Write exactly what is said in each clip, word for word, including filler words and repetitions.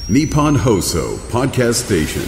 Nippon Hoso Podcast Station。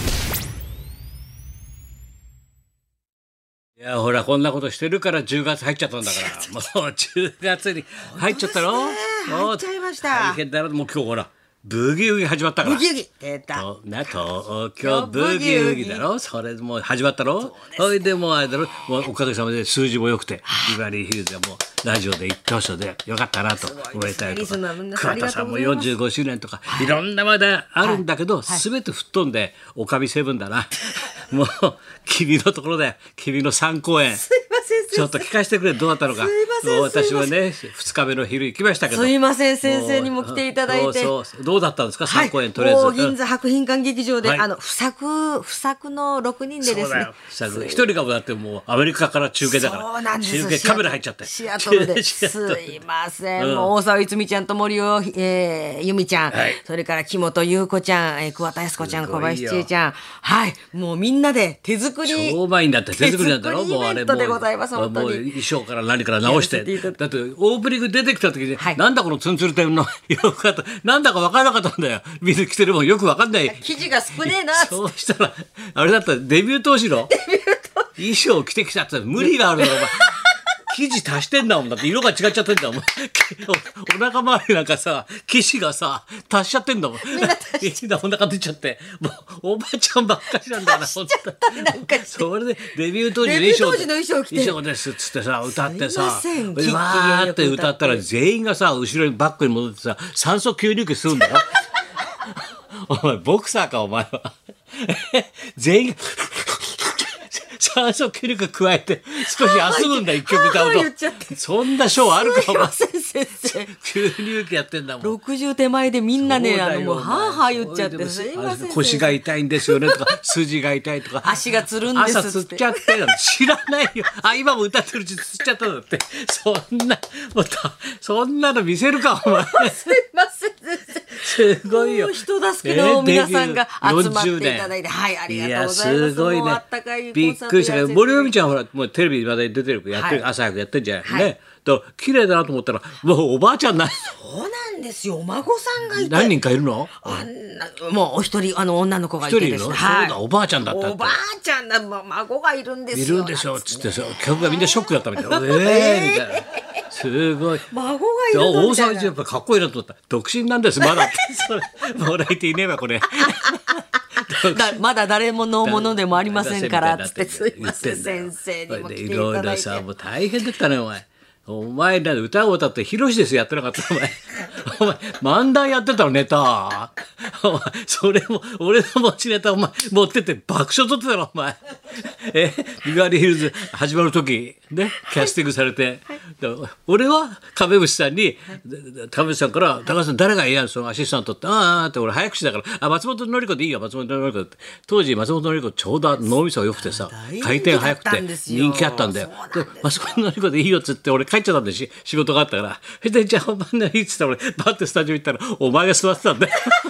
いやほらこんなことしてるからじゅうがつ入っちゃったんだからもうじゅうがつに入っちゃったの。もう入っちゃいました大変だな。もう今日ほらブギウギ始まったから。 ブギウギ出た。 とな東京ブギウギだろ。それもう始まったろ。それでもうあれだろ。もうおかげさまで数字も良くてビバリーヒルズがもうラジオで一等賞でよかったなと思えたりとか、桑田さんもよんじゅうごしゅうねんとかいろんな話題あるんだけど、全て吹っ飛んでおかみセブンだな。もう君のところで君のさん公演ちょっと聞かせてくれ。どうだったのか。私はねふつかめの昼行きましたけど、 すいません先生にも来ていただいて、 そうそうどうだったんですか。 はい、 さん公演とりあえずもう銀座博品館劇場で、 はい、 あの不作不作のろくにんでですね、 一人がだってもうアメリカから中継だから。 そうなんです。 中継カメラ入っちゃってシアトルですいません、うん、もう大沢いつみちゃんと森尾、えー、由美ちゃん、はい、それから木本優子ちゃん、えー、桑田靖子ちゃん、小林千恵ちゃん、はい、もうみんなで手作り超満員だって。手作りなんだろ。もうあれもうもう衣装から何から直して、だってオープニング出てきた時に、はい、なんだこのツンツルテンのよかったなんだか分からなかったんだよ。水着てるもんよく分かんない。 生地が少ねえな。 そうしたらあれだったデビュー当時の衣装着てきたって無理があるだろお前。生地足してんだもん。だって色が違っちゃってんだもん。お, お腹周りなんかさ生地がさ足しちゃってんだもん。みんな足しちゃってお腹出ちゃってもうおばちゃんばっかりなんだよな。 足しちゃったねなんかして。 それでデビュー当時の衣装で衣装着て衣装ですっつってさ歌ってさわーって歌ったら全員がさ後ろにバックに戻ってさ酸素吸入器するんだよ。お前ボクサーかお前は。全員が酸素吸入器加えて少し休むんだ一曲歌うと。そんなショーあるかお前。吸入器やってんだもん。 ろくじゅう手前でみんなねあのもうはーはー言っちゃって、すいません腰が痛いんですよねとか筋が痛いとか足がつるんですって朝つっちゃって知らないよ。あ今も歌ってるうちつっちゃったんだって。そんなもうそんなの見せるかお前。 すいませんすごいよ。 人助けの皆さんが集まっていただいて、はいありがとうございます。 すごいね。 あったかいびっくりしたけど森尾美ちゃんほらもうテレビまで出てるやってる、はい、朝早くやってんじゃない、はい、ね。と綺麗だなと思ったらもうおばあちゃんない。 そうなんですよ。お孫さんがいて何人かいるの。 あんなもうお一人あの女の子がいてですね。 はい、そうだおばあちゃんだったって。 おばあちゃんだ、ま、孫がいるんですよ。 いるんでしょっつってさ客がみんなショックだったみたいな。ええー、みたいな。すごい孫がいるのみたいな。 大沢一やっぱかっこいいなと思った。独身なんですまだって。それもらえていねえわこれ。 だまだ誰ものものでもありませんからつってすいません先生にも来ていただいて。いろいろさもう大変だったねお前。お前ら歌を歌ってヒロシですやってなかったお前。お前漫談やってたのネタ。お前それも俺の持ちネタお前持ってって爆笑取ってたのお前。えビバリーヒルズ始まる時ねキャスティングされて、はい、俺は亀渕さんに、はい、亀渕さんから「高橋さん誰がいいやんそのアシスタント」って「ああ」って俺早口だから「あ松本紀子でいいよ松本紀子」って当時松本紀子ちょうど脳みそが良くてさ回転早くて人気あったんだよ。で松本紀子でいいよっつって俺帰っちゃったんでし仕事があったからそれでじゃあ本番のいいっつったら俺バッてスタジオ行ったらお前が座ってたんだよ。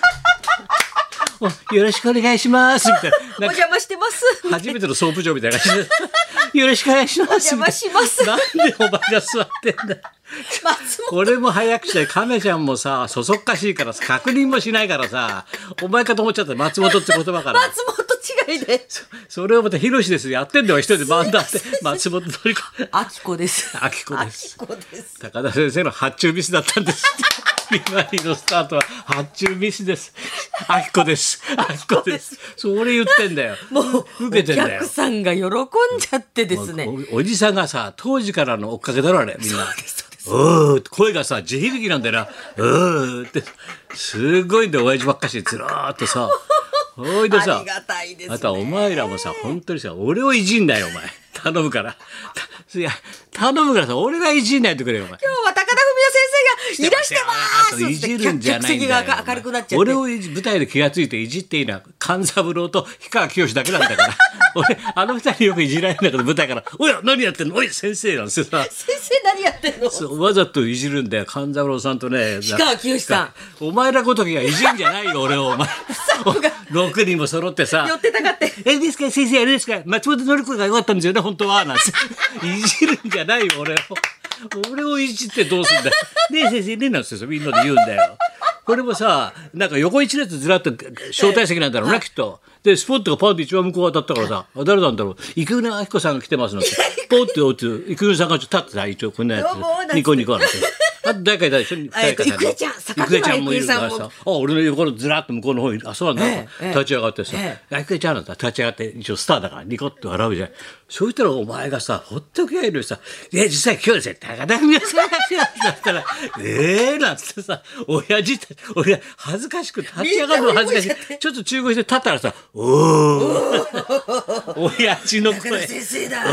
よろしくお願いしますみたいな。 お邪魔してます。 初めてのソープ場みたいな感じでよろしくお願いします。 お邪魔します。 なんでお前が座ってんだ。俺も早くして亀ちゃんもさそそっかしいから確認もしないからさお前かと思っちゃった松本って言葉から。 松本違いでそ, それをまたヒロシですやってんだよ一人でバンダって松本紀子。 あきこです。 あきこです。 あきこです。 高田先生の発注ミスだったんです。ビバリーのスタートは発注ミスです。あきこです。あきこです。それ言ってんだよ。 もう受けてんだよ。 お客さんが喜んじゃってですね。 お, おじさんがさ当時からの追っかけだろあれみんな。おー声がさ地響きなんだよな。うーってすごいんだよ親父ばっかしずらーっとさ。おいでさありがたいですね。 あとはお前らもさ本当にさ俺をいじんだよお前頼むから。いや頼むからさ俺がいじんないとくれよお前。 今日は高田文夫先生がいらしてますいじるんじゃないんだよ。 客席が明るくなっちゃって俺を舞台で気がついていじっていいのは勘三郎と氷川きよしだけなんだから俺あの二人よくいじられるんだけど舞台から「おや何やってんのおい先生」なんですよさ。 先生何やってんの。 そうわざといじるんだよ勘三郎さんとね氷川きよしさん。お前らごときがいじんじゃないよ俺をお前。ろくにんも揃ってさ寄ってたかって 「えですか先生あれですか松本紀子が良かったんですよね本当は」なんていじるんじゃないよ俺を。俺をいじってどうすんだよ。ねえ先生ねなんてみんなで言うんだよ。 これもさなんか横一列ずらっと招待席なんだろうな、きっと。でスポットがパーって一番向こう当たったからさ、あ誰なんだろう、生稲晃子さんが来てますのってポッて落ちて生稲さんがちょっと立ってさ、一応こんなやつニコニコなんて。あと誰かいたでしょ、 えっと郁恵ちゃん、 郁恵ちゃんもいるからさ、あ俺の横のずらっと向こうの方に、あそうなんだ、 ええ立ち上がってさ、郁恵ちゃんなんだ立ち上がって一応スターだからニコッと笑うじゃん。そうしたらお前がさほっとけやいのにさ、いや実際今日ですね高田文夫さんが来てますだったらええー、なんつってさ、親父たち俺恥ずかしく立ち上がるの恥ずかしい、ちょっと中腰で立ったらさ、おお親父の声先生だ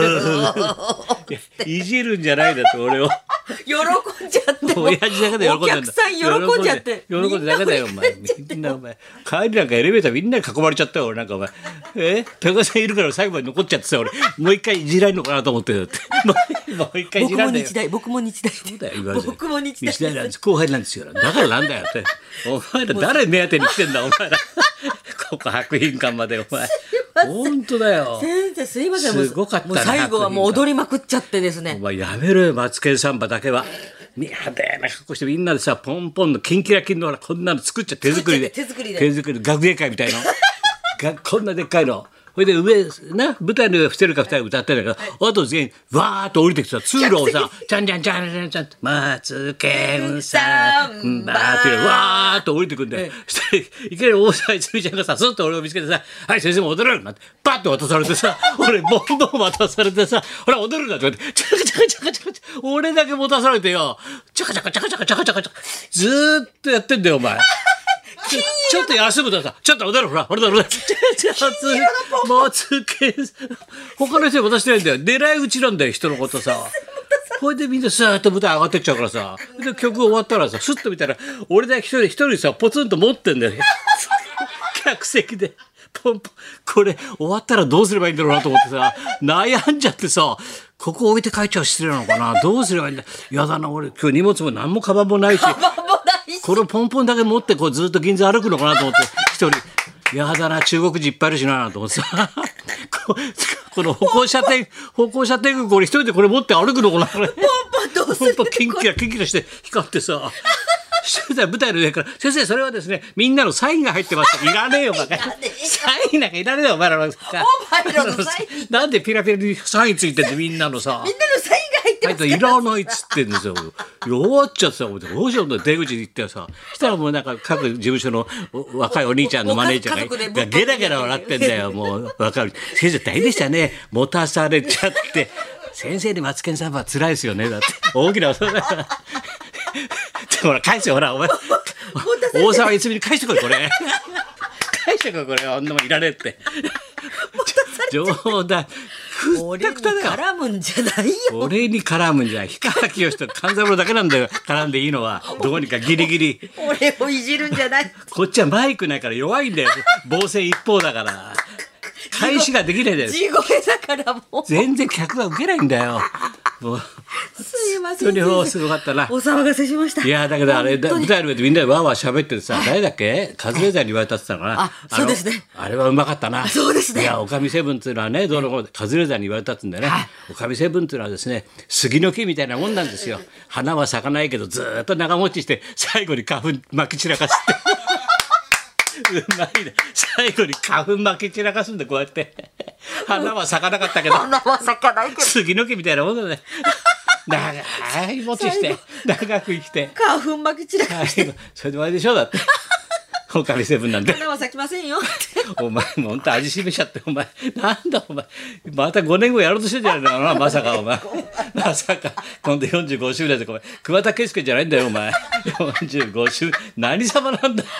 いじるんじゃないだと俺を喜んじゃって、 親父だけで喜んでんだ、 お客さん喜んじゃって喜んでだけだよお前、みんなお前帰りなんかエレベーターみんなに囲まれちゃったよ俺なんかお前、え高田さんいるから最後まで残っちゃってさ、俺もう一回いじられるのかなと思ってるってもう一回いじられるんだよ。 僕も日大そうだよ言われて、 僕も日大日大なんです後輩なんですよ、だからなんだよってお前ら誰目当てに来てんだお前らここ博品館までお前本当だよ先生すいません、 すごかったな、 もう最後はもう踊りまくっちゃってですね。 お前やめろよマツケンサンバだけは。派手な格好してみんなでさポンポンのキンキラキンのほらこんなの作っちゃ手作りで手作りで手作りで学芸会みたいのがこんなでっかいの。それで上な舞台の上ふてるかふたり歌ってるんだけど、あと全員わーっと降りてきてさ通路をさちゃんちゃんちゃんちゃんちゃんマツケンサンバーってわーっと降りてくんだよ。そしていきなり大沢逸美ちゃんがさスッと俺を見つけてさ、はい先生も踊れるなんてパッと渡されてさ、俺ボンボン渡されてさ、ほら踊るんだって言われてチャカチャカチャカチャカチャカ俺だけ持たされてよ、チャカチャカチャカチャカチャカチャカチャカずーっとやってんだよお前。ちょ, ちょっと休むとさ、ちょっと踊るほら、ほらほらほら、ちょっともうつけ他の人に渡してないんだよ。狙い撃ちなんだよ人のことさ。これでみんなスーッと舞台上がってっちゃうからさ、で曲終わったらさ、スッと見たら俺だけ一人一人さポツンと持ってんだよ客席でポンポン。これ終わったらどうすればいいんだろうなと思ってさ悩んじゃってさ、ここ置いて帰っちゃう失礼なのかな、どうすればいいんだ、やだな俺今日荷物も何もカバンもないしこのポンポンだけ持ってこうずっと銀座歩くのかなと思って一人やだな中国人いっぱいいるしなと思ってさこ, この歩行者天歩行者天国俺一人でこれ持って歩くのかなこれポンポンどうするポンポンキンキラキンキラして光ってさ舞台の上から先生それはですねみんなのサインが入ってますいらねえよバカサインなんかいらねえよお前らのなんでピラピラにサインついてんのみんなのさみんなのサインが入ってますからいらないっつってんですよ弱っちゃってさどうしようと出口に行ってさしたらもうなんか各事務所の若いお兄ちゃんのマネージャーがゲラゲラ笑ってんだよもう分かる先生大変でしたね持たされちゃって先生にマツケンサンバは辛いですよねだって大きな音だからほら返せよほらお前大沢逸美に返してこいこれ返してこいこれあんなもんいられって冗談くったくただよ絡むんじゃないよ俺に絡むんじゃない氷川きよしと勘三郎だけなんだよ絡んでいいのはどうにかギリギリ俺をいじるんじゃないこっちはマイクないから弱いんだよ防戦一方だから返しができないです地声だからもう全然客が受けないんだよもうすいません本当にすごかったなお騒がせしましたいやだけどあれ舞台の上でみんなでわーわー喋っててさ誰だっけカズレーザーに言われたって言ったのかなあそうですねあれはうまかったなそうですねいやおかみセブンっていうのはねどうのこうのカズレーザーに言われたって言うんだよねおかみセブンっていうのはですね杉の木みたいなもんなんですよ花は咲かないけどずーっと長持ちして最後に花粉まき散らかすってうまいね最後に花粉まき散らかすんでこうやって花は咲かなかったけど花は咲かないけど杉の木みたいなもんだね長い持ちして長く生きて花粉まき散らかしてそれで終わりでしょだっておかみセブンなんで花は咲きませんよお前もほんと味しめちゃってお前なんだお前またごねんごやろうとしてんじゃないのなまさかお前まさか今度よんじゅうごしゅうねんでお前桑田佳祐じゃないんだよお前よんじゅうごしゅう何様なんだよ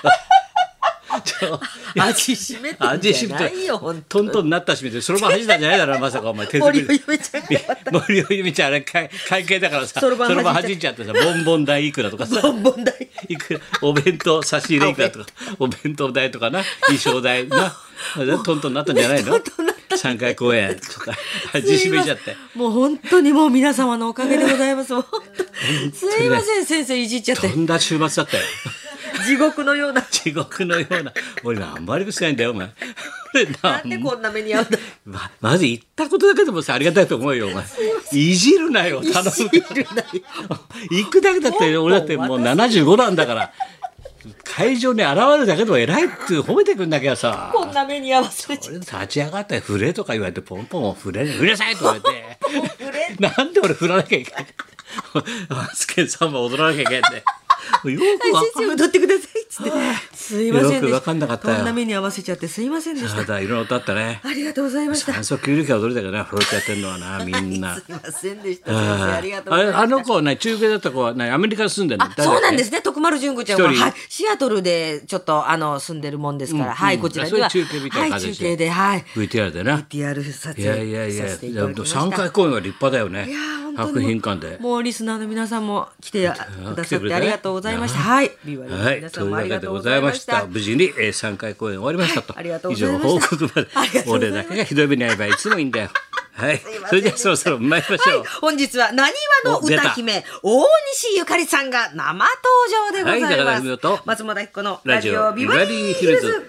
味しめてんじゃないよ本当トントンになったしみてそのまま走ったんじゃないだろまさかお前手作り森尾由美ちゃんが森尾由美ちゃんあれ会計だからさそのまま走っちゃってさボンボン代いくらとかさボンボン代いくらお弁当差し入れいくらとかお弁当代とかな衣装代なトントンになったんじゃないのさんかい公演とか味しめちゃってもう本当にもう皆様のおかげでございますすいません先生いじっちゃってとんだ週末だったよ地獄のような地獄のような俺何も悪くしないんだよお前なんでこんな目に遭うんだま, まず言ったことだけでもさありがたいと思うよお前いじるなよ頼むいじるなよ行くだけだって俺だってもうななじゅうごなんだから会場に現れるだけでも偉いって褒めてくんなきゃさ。 こんな目に合わせちゃ俺立ち上がって振れとか言われてポンポン振れ振れなさいと言われて振れなんで俺振らなきゃいけないマツケンサンバ踊らなきゃいけないんだよ。よくわ先生踊ってくださいっつってすいませんでした。 よくわかんなかったよこんな目に合わせちゃってすいませんでした。 まだいろいろ歌ったね。 ありがとうございました。 酸素吸入器は踊りだけどな、フロートやってんのはな、みんな。 すいませんでした。先生ありがとうごあれざいました。 あの子はね、中継だった子はね、アメリカに住んでるの。 あ、そうなんですね。徳丸純子ちゃんは、 一人はい、シアトルでちょっとあの住んでるもんですから、はい、こちらには、 そういう中継みたいなはい、 形で中継で、はい、 ブイティーアール でな。 ブイティーアール 撮いやいやいや、 影させていただきました。 さんかい公演は立派だよね。 いやー本当に博品館で。 もうリスナーの皆さんも来てくださっ来てくれたねてありがとうございました。はい、ビバリーのはい、 皆さんもありというわけがとうございでございまし。 ましたた。 無事に、えー、さんかい公演終わりましたと。 はいありがとう以上ございました報告までありがとうございました俺だけがひどい目に遭えばいつもいいんだよ。はい、それじゃあそろそろ参りましょう。 はい、本日はなにわの歌姫大西ゆかりさんが生登場でございます。 はい高田文夫と松本明子のラジオラジオビバリーヒルズ。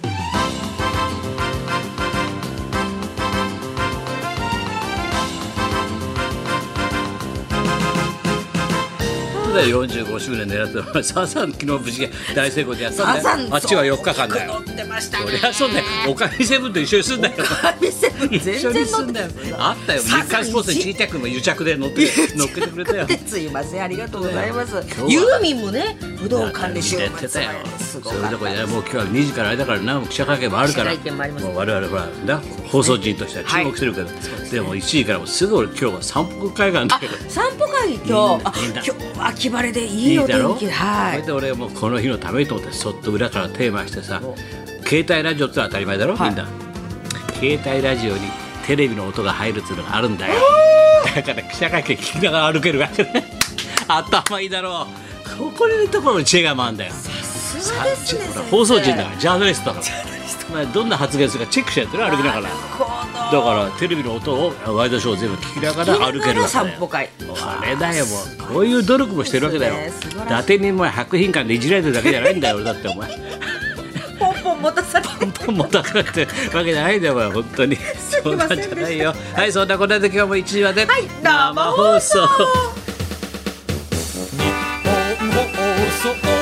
よんじゅうごしゅうねん狙ってるサザン昨日無事大成功でやったんだサザンよ。あっちはよっかかんだよ。 乗ってましたね。 そりゃそうだよ。おかみセブンと一緒にすんだよ。 神セブン全一緒に然乗ってすんだよない。 あったよ。日刊スポーツにちいたくんも癒着で乗って乗っけてくれたよ。 すいませんありがとうございます日は。 ユーミンもね武道館で週末やってたよ。 すごそれどころじゃかったです。 もう今日はにじからあれだからな、記者会見もあるから。 記者会見もありますもう我々ほらな放送陣としては注目してるけど、でもいちじからもうすぐ俺今日は散歩会があるんだけど。 散歩会今日あいいんだ今日秋晴れでいいおいいだろ。 天気はい。 それで俺もうこの日のためにと思ってそっと裏からテーマしてさ、携帯ラジオってのは当たり前だろ、 はいみんな。携帯ラジオにテレビの音が入るっていうのがあるんだよ。だから記者会見聞きながら歩けるわけね。頭いいだろう。ここにいるところに知恵が回るんだよ。 さすがですね。 ほら先生放送陣だからジャーナリストだからまあどんな発言するかチェックしてやってる歩きながら。 なるほど。 だからテレビの音をワイドショーを全部聞きながら歩けるわけだよ。 散歩会。 もうあれだよもうこういう努力もしてるわけだよ。 そうですね素晴らしい伊達にも博品館でいじられてるだけじゃないんだよ俺だってお前。 ポンポン持たされて。 ポンポン持たされてるわけじゃないんだよお前本当に。 いませんでしたそんなんじゃないよ。はいそんなことで今日もいちじまではい生放送。 日本放送